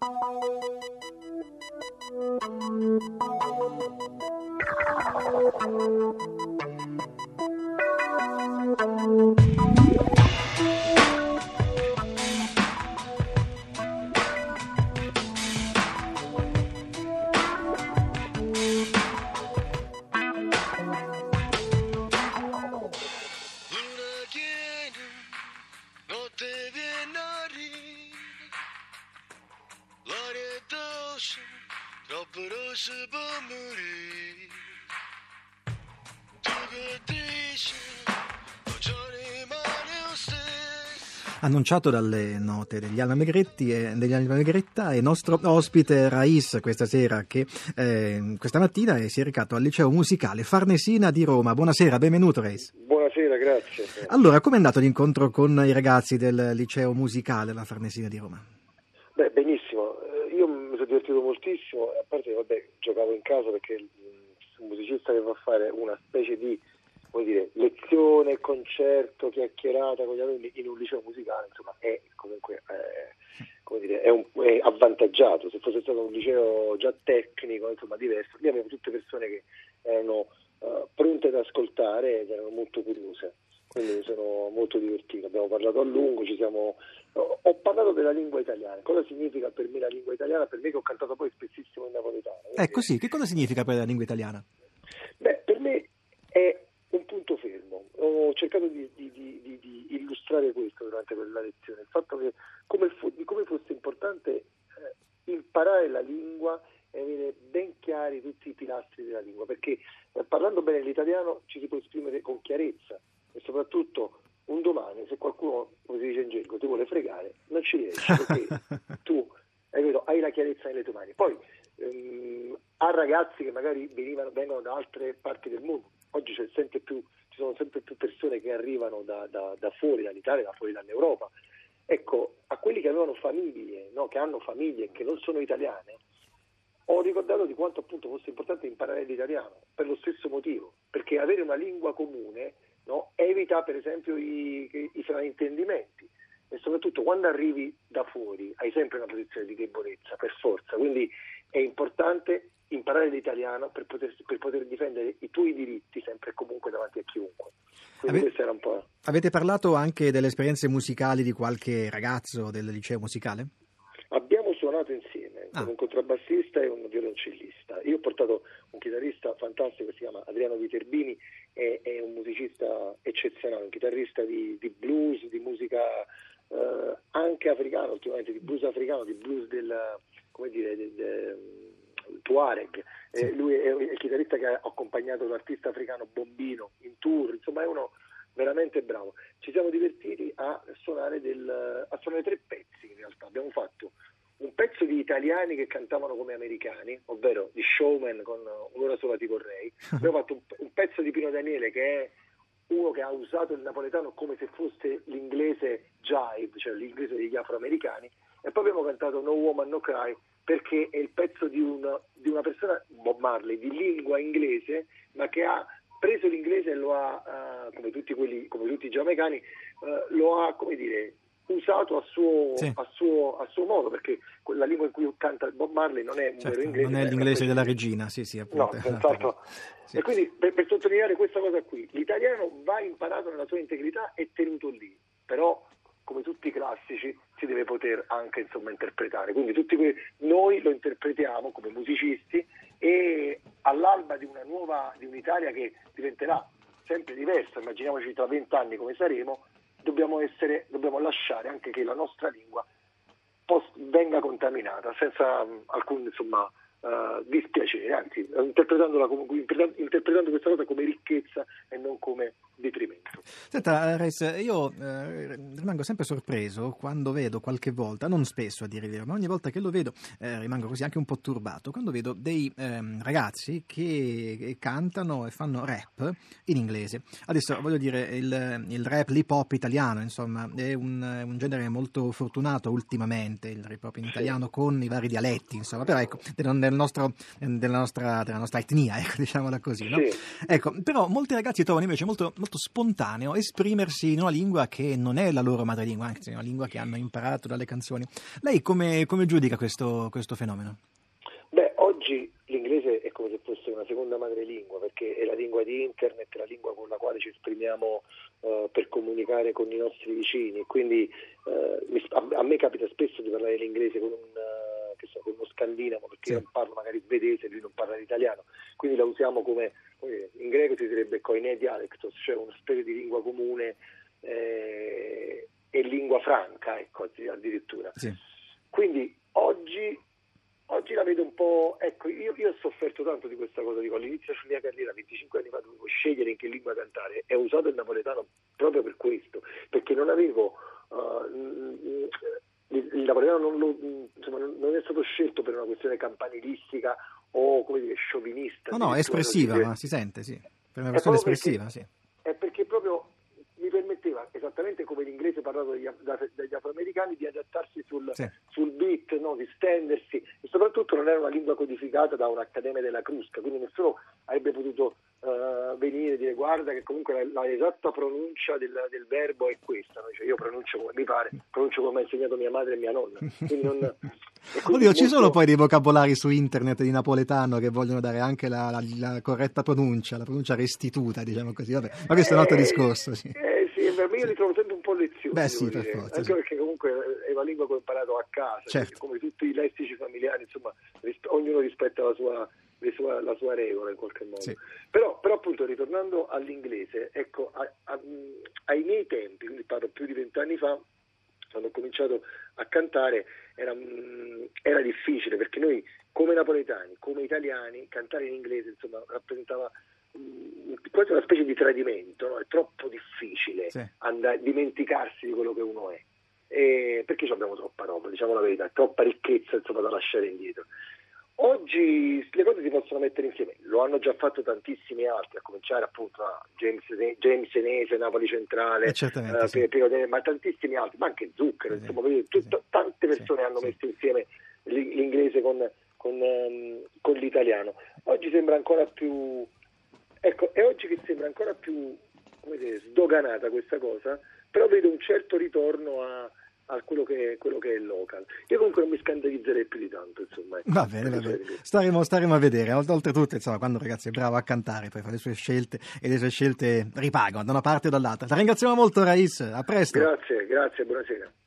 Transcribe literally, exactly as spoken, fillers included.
Annunciato dalle note degli Alma Megretti e degli Alma Megretta, è nostro ospite Rais questa sera, che eh, questa mattina si è recato al liceo musicale Farnesina di Roma. Buonasera, benvenuto Rais. Buonasera, grazie. Allora, com'è andato l'incontro con i ragazzi del liceo musicale alla Farnesina di Roma? Beh, benissimo, io mi sono divertito moltissimo, a parte vabbè, giocavo in casa perché il musicista che va a fare una specie di, come dire, lezione, concerto, chiacchierata con gli alunni in un liceo musicale, insomma, è comunque eh, come dire, è, un, è avvantaggiato. Se fosse stato un liceo già tecnico, insomma, diverso, lì avevo tutte persone che erano uh, pronte ad ascoltare ed erano molto curiose. Quindi mi sono molto divertito, abbiamo parlato a lungo, ci siamo... ho parlato della lingua italiana, cosa significa per me la lingua italiana, per me che ho cantato poi spessissimo in napoletano. Ecco sì, che cosa significa per la lingua italiana? Beh, per me è un punto fermo, ho cercato di, di, di, di, di illustrare questo durante quella lezione, il fatto che come, fu, di come fosse importante eh, imparare la lingua e avere ben chiari tutti i pilastri della lingua, perché eh, parlando bene l'italiano ci si può esprimere con chiarezza. E soprattutto un domani, se qualcuno, come si dice in gergo, ti vuole fregare, non ci riesci, perché tu hai, vero, hai la chiarezza nelle tue mani. Poi ehm, a ragazzi che magari venivano, vengono da altre parti del mondo, oggi c'è sempre più, ci sono sempre più persone che arrivano da, da, da fuori dall'Italia, da fuori dall'Europa. Ecco, a quelli che avevano famiglie, no, che hanno famiglie che non sono italiane, ho ricordato di quanto appunto fosse importante imparare l'italiano, per lo stesso motivo, perché avere una lingua comune, no, evita per esempio i, i fraintendimenti, e soprattutto quando arrivi da fuori hai sempre una posizione di debolezza, per forza, quindi è importante imparare l'italiano per poter, per poter difendere i tuoi diritti sempre e comunque davanti a chiunque. Quindi Ave- questo era un po'... Avete parlato anche delle esperienze musicali di qualche ragazzo del liceo musicale? Abbiamo suonato insieme, ah. con un contrabbassista e un violoncellista. Io ho portato un chitarrista fantastico che si chiama Adriano Viterbini, è, è un musicista eccezionale, un chitarrista di, di blues, di musica eh, anche africana ultimamente, di blues africano, di blues del, come dire, del, del Tuareg. Sì. Eh, lui è il chitarrista che ha accompagnato l'artista africano Bombino in tour, insomma è uno veramente bravo. Ci siamo divertiti a suonare del, a suonare tre pezzi in realtà. Abbiamo fatto un pezzo di italiani che cantavano come americani, ovvero di Showman con Un'ora sola ti vorrei. Abbiamo fatto un, un pezzo di Pino Daniele che è uno che ha usato il napoletano come se fosse l'inglese jive, cioè l'inglese degli afroamericani, e poi abbiamo cantato No Woman No Cry perché è il pezzo di una, di una persona, Bob Marley, di lingua inglese, ma che ha preso l'inglese e lo ha, uh, come tutti quelli, come tutti i giamaicani, uh, lo ha, come dire, usato a suo, sì. a suo, a suo modo, perché la lingua in cui canta Bob Marley non è un certo, vero inglese. Non è l'inglese della regina, sì, sì, appunto. No, senz'altro. Sì. E quindi per, per sottolineare questa cosa qui, l'italiano va imparato nella sua integrità e tenuto lì, però come tutti i classici si deve poter anche insomma interpretare, quindi tutti que- noi lo interpretiamo come musicisti e all'alba di una nuova, di un'Italia che diventerà sempre diversa, immaginiamoci tra vent'anni come saremo, dobbiamo essere, dobbiamo lasciare anche che la nostra lingua post- venga contaminata senza um, alcun insomma uh, dispiacere, anzi interpretandola come, interpretando questa cosa come ricchezza e non come detrimento. Senta Rais, io eh, rimango sempre sorpreso quando vedo qualche volta, non spesso a dire il vero, ma ogni volta che lo vedo eh, rimango così anche un po' turbato, quando vedo dei ehm, ragazzi che, che cantano e fanno rap in inglese. Adesso voglio dire, il, il rap, l'hip hop italiano, insomma, è un, un genere molto fortunato ultimamente, il hip hop in italiano con i vari dialetti, insomma, però ecco, del, del nostro, della, nostra, della nostra etnia, ecco, diciamola così, no? Sì. Ecco, però molti ragazzi trovano invece molto molto spontaneo esprimersi in una lingua che non è la loro madrelingua, anzi è una lingua che hanno imparato dalle canzoni. Lei come, come giudica questo, questo fenomeno? Beh, oggi l'inglese è come se fosse una seconda madrelingua, perché è la lingua di internet, è la lingua con la quale ci esprimiamo uh, per comunicare con i nostri vicini, quindi uh, mi, a, a me capita spesso di parlare l'inglese con un uh, che so, con uno scandinavo, perché sì. Io non parlo magari svedese, lui non parla l'italiano, quindi la usiamo come, come in greco si direbbe koine dialectos, cioè una specie di lingua comune eh, e lingua franca, ecco, addirittura. Sì. Quindi oggi Oggi la vedo un po', ecco, io, io ho sofferto tanto di questa cosa, dico, all'inizio della mia carriera, venticinque anni fa, dovevo scegliere in che lingua cantare e ho usato il napoletano proprio per questo, perché non avevo, uh, il, il napoletano non, lo, insomma, non è stato scelto per una questione campanilistica o, come dire, sciovinista. No, no, è espressiva, ma si sente, sì, per una questione espressiva, perché, sì. È perché proprio mi permetteva, esattamente come l'inglese parlato dagli, dagli afroamericani, di adattarsi sul, sì. sul beat, no? Di stendersi, e soprattutto non era una lingua codificata da un'accademia della Crusca, quindi nessuno avrebbe potuto uh, venire e dire guarda che comunque la, la esatta pronuncia del, del verbo è questa, no? Cioè io pronuncio come mi pare, pronuncio come mi ha insegnato mia madre e mia nonna. Quindi non, e quindi Oddio, ci molto... sono poi dei vocabolari su internet di napoletano che vogliono dare anche la, la, la corretta pronuncia, la pronuncia restituta, diciamo così, vabbè, ma questo è un altro eh, discorso, sì. Eh, per me io li trovo sempre un po' lezioni. Beh, sì, per dire. forza, Anche sì. perché comunque è una lingua che ho imparato a casa, certo. Come tutti i lessici familiari, insomma, risp- ognuno rispetta la sua, la sua, la sua regola in qualche modo. Sì. Però, però appunto ritornando all'inglese, ecco, a, a, ai miei tempi, quindi parlo più di vent'anni fa, quando ho cominciato a cantare, era, era difficile, perché noi come napoletani, come italiani, cantare in inglese, insomma, rappresentava quasi una specie di tradimento, no? È troppo difficile sì. andare, dimenticarsi di quello che uno è, e perché abbiamo troppa roba, diciamo la verità, troppa ricchezza, insomma, da lasciare indietro. Oggi le cose si possono mettere insieme, lo hanno già fatto tantissimi altri, a cominciare appunto da James, James Enese, Napoli Centrale, eh, eh, sì. Piero De, ma tantissimi altri, ma anche Zucchero, sì. insomma, tutto, tante persone sì. hanno sì. messo insieme l'inglese con, con, um, con l'italiano. Oggi sembra ancora più Ecco, è oggi che sembra ancora più, come dire, sdoganata questa cosa, però vedo un certo ritorno a, a quello che, quello che è il local. Io comunque non mi scandalizzerei più di tanto, insomma. Ecco. Va bene, va bene. Staremo, staremo a vedere. Oltretutto, insomma, quando un ragazzo è bravo a cantare, poi fa le sue scelte e le sue scelte ripagano da una parte o dall'altra. La ringraziamo molto, Rais. A presto. Grazie, grazie, buonasera.